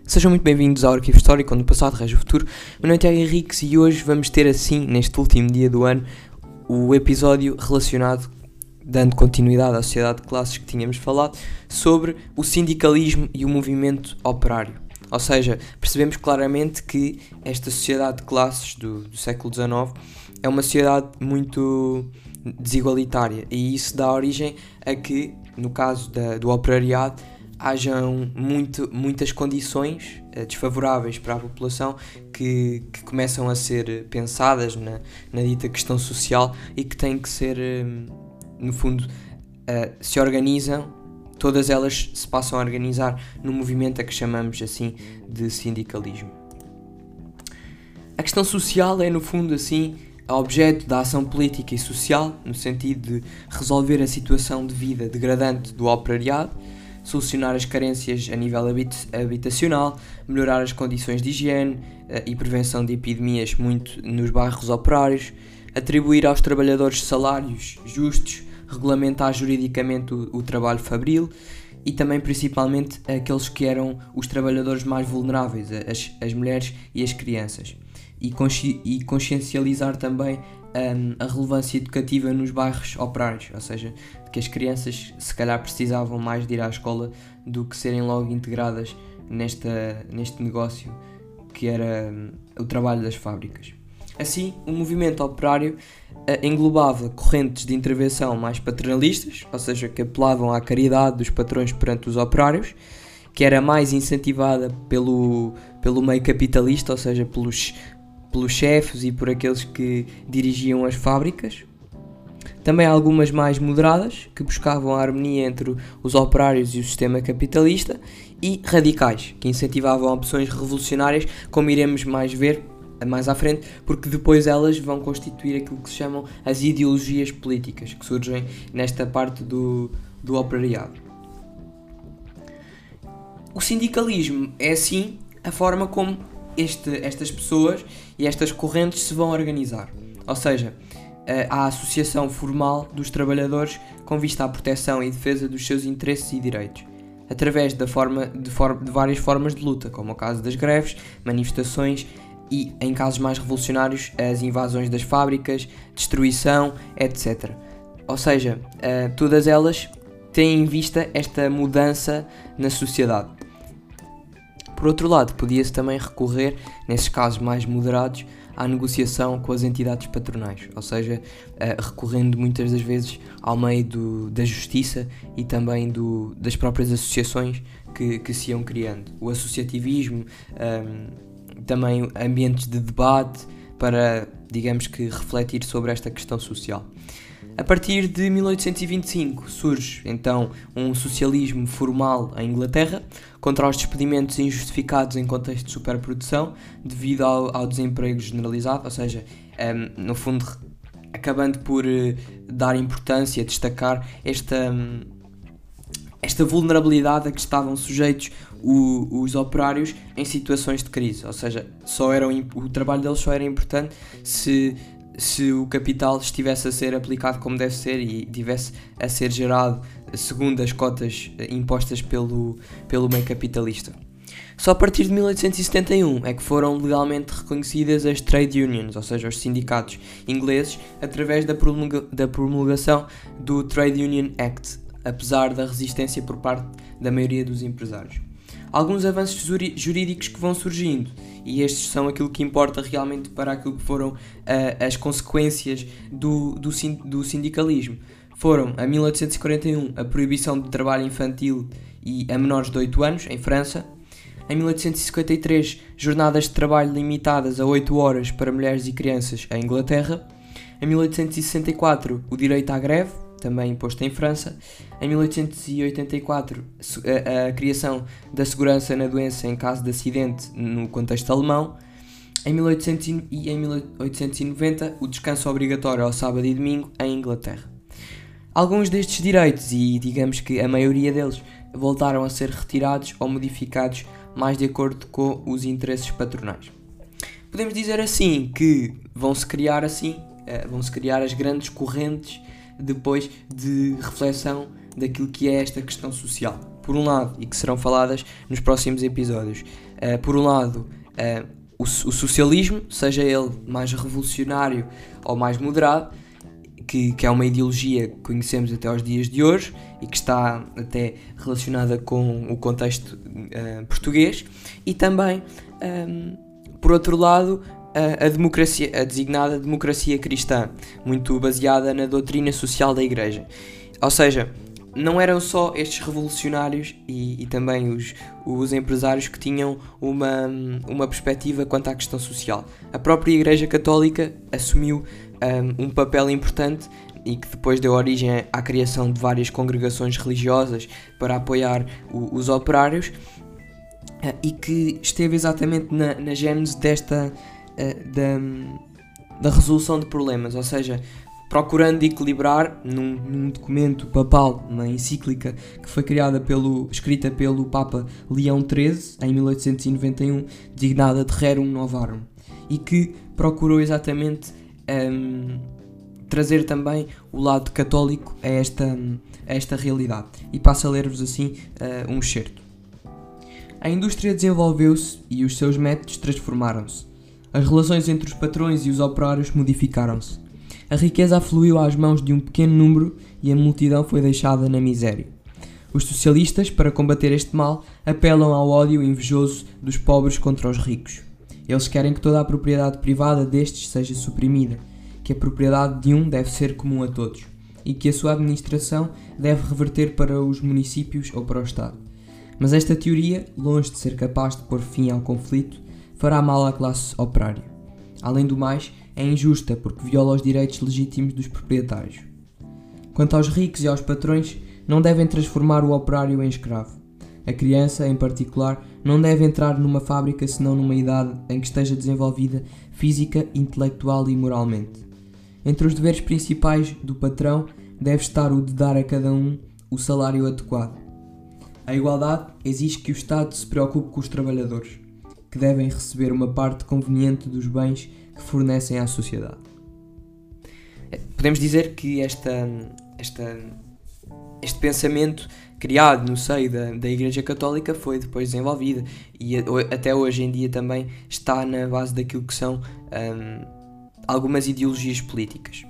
Sejam muito bem-vindos ao Arquivo Histórico, onde o passado rege o futuro. Meu nome é Tiago Henriques e hoje vamos ter assim, neste último dia do ano, o episódio relacionado, dando continuidade à sociedade de classes que tínhamos falado, sobre o sindicalismo e o movimento operário. Ou seja, percebemos claramente que esta sociedade de classes do século XIX é uma sociedade muito desigualitária e isso dá origem a que, no caso do operariado, hajam muitas condições desfavoráveis para a população que começam a ser pensadas na dita questão social e que têm que ser, no fundo, se organizam, todas elas se passam a organizar num movimento a que chamamos assim de sindicalismo. A questão social é, no fundo, assim, objeto da ação política e social, no sentido de resolver a situação de vida degradante do operariado, solucionar as carências a nível habitacional, melhorar as condições de higiene e prevenção de epidemias muito nos bairros operários, atribuir aos trabalhadores salários justos, regulamentar juridicamente o trabalho fabril e também principalmente aqueles que eram os trabalhadores mais vulneráveis, as mulheres e as crianças, e consciencializar também a relevância educativa nos bairros operários, ou seja, que as crianças se calhar precisavam mais de ir à escola do que serem logo integradas neste negócio que era o trabalho das fábricas. Assim, o movimento operário englobava correntes de intervenção mais paternalistas, ou seja, que apelavam à caridade dos patrões perante os operários, que era mais incentivada pelo meio capitalista, ou seja, pelos chefes e por aqueles que dirigiam as fábricas. Também algumas mais moderadas, que buscavam a harmonia entre os operários e o sistema capitalista, e radicais, que incentivavam opções revolucionárias, como iremos mais ver mais à frente, porque depois elas vão constituir aquilo que se chamam as ideologias políticas, que surgem nesta parte do operariado. O sindicalismo é, assim, a forma como estas pessoas e estas correntes se vão organizar. Ou seja, a associação formal dos trabalhadores com vista à proteção e defesa dos seus interesses e direitos, através de várias formas de luta, como o caso das greves, manifestações e, em casos mais revolucionários, as invasões das fábricas, destruição, etc. Ou seja, todas elas têm em vista esta mudança na sociedade. Por outro lado, podia-se também recorrer, nesses casos mais moderados, à negociação com as entidades patronais, ou seja, recorrendo muitas das vezes ao meio da justiça e também das próprias associações que se iam criando. O associativismo, também ambientes de debate para, digamos que, refletir sobre esta questão social. A partir de 1825 surge, então, um socialismo formal em Inglaterra contra os despedimentos injustificados em contexto de superprodução devido ao desemprego generalizado, ou seja, no fundo, acabando por dar importância, destacar esta vulnerabilidade a que estavam sujeitos os operários em situações de crise, ou seja, o trabalho deles só era importante se o capital estivesse a ser aplicado como deve ser e estivesse a ser gerado segundo as cotas impostas pelo meio capitalista. Só a partir de 1871 é que foram legalmente reconhecidas as trade unions, ou seja, os sindicatos ingleses, através da promulgação do Trade Union Act, apesar da resistência por parte da maioria dos empresários. Alguns avanços jurídicos que vão surgindo, e estes são aquilo que importa realmente para aquilo que foram as consequências do sindicalismo. Foram, em 1841, a proibição de trabalho infantil e a menores de 8 anos, em França. Em 1853, jornadas de trabalho limitadas a 8 horas para mulheres e crianças, em Inglaterra. Em 1864, o direito à greve, também imposto em França. Em 1884, a criação da segurança na doença em caso de acidente no contexto alemão. Em 1890, o descanso obrigatório ao sábado e domingo em Inglaterra. Alguns destes direitos, e digamos que a maioria deles, voltaram a ser retirados ou modificados mais de acordo com os interesses patronais. Podemos dizer assim que vão-se criar as grandes correntes depois de reflexão daquilo que é esta questão social. Por um lado, e que serão faladas nos próximos episódios, por um lado, o socialismo, seja ele mais revolucionário ou mais moderado, que é uma ideologia que conhecemos até aos dias de hoje e que está até relacionada com o contexto português, e também, por outro lado, a democracia, a designada democracia cristã, muito baseada na doutrina social da Igreja. Ou seja, não eram só estes revolucionários e também os empresários que tinham uma perspectiva quanto à questão social. A própria Igreja Católica assumiu um papel importante e que depois deu origem à criação de várias congregações religiosas para apoiar os operários, e que esteve exatamente na gênese da resolução de problemas, ou seja, procurando equilibrar num documento papal, uma encíclica que foi escrita pelo Papa Leão XIII em 1891, designada de Rerum Novarum, e que procurou exatamente trazer também o lado católico a esta realidade. E passo a ler-vos assim um excerto. A indústria desenvolveu-se e os seus métodos transformaram-se. As relações entre os patrões e os operários modificaram-se. A riqueza afluiu às mãos de um pequeno número e a multidão foi deixada na miséria. Os socialistas, para combater este mal, apelam ao ódio invejoso dos pobres contra os ricos. Eles querem que toda a propriedade privada destes seja suprimida, que a propriedade de um deve ser comum a todos e que a sua administração deve reverter para os municípios ou para o Estado. Mas esta teoria, longe de ser capaz de pôr fim ao conflito, fará mal à classe operária. Além do mais, é injusta porque viola os direitos legítimos dos proprietários. Quanto aos ricos e aos patrões, não devem transformar o operário em escravo. A criança, em particular, não deve entrar numa fábrica senão numa idade em que esteja desenvolvida física, intelectual e moralmente. Entre os deveres principais do patrão deve estar o de dar a cada um o salário adequado. A igualdade exige que o Estado se preocupe com os trabalhadores, que devem receber uma parte conveniente dos bens que fornecem à sociedade. Podemos dizer que este pensamento criado no seio da Igreja Católica foi depois desenvolvido e até hoje em dia também está na base daquilo que são algumas ideologias políticas.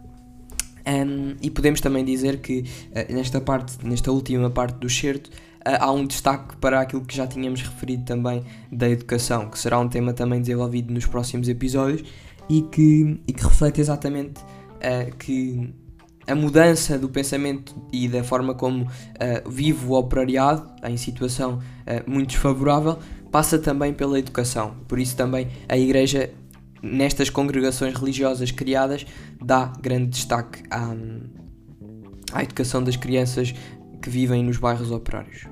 E podemos também dizer que nesta última parte do excerto há um destaque para aquilo que já tínhamos referido também da educação, que será um tema também desenvolvido nos próximos episódios e que reflete exatamente que a mudança do pensamento e da forma como vive o operariado em situação muito desfavorável passa também pela educação. Por isso também a Igreja, nestas congregações religiosas criadas, dá grande destaque à educação das crianças que vivem nos bairros operários.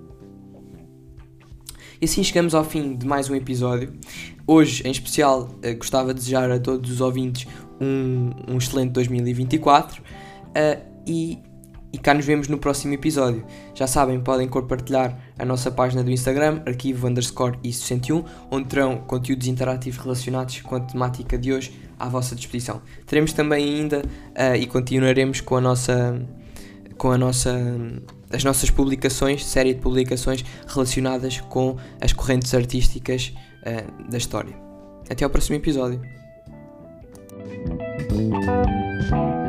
E assim chegamos ao fim de mais um episódio. Hoje, em especial, gostava de desejar a todos os ouvintes um excelente 2024 e cá nos vemos no próximo episódio. Já sabem, podem compartilhar a nossa página do Instagram, arquivo_isso61, onde terão conteúdos interativos relacionados com a temática de hoje à vossa disposição. Teremos também ainda e continuaremos com as nossas publicações, série de publicações relacionadas com as correntes artísticas da história. Até ao próximo episódio.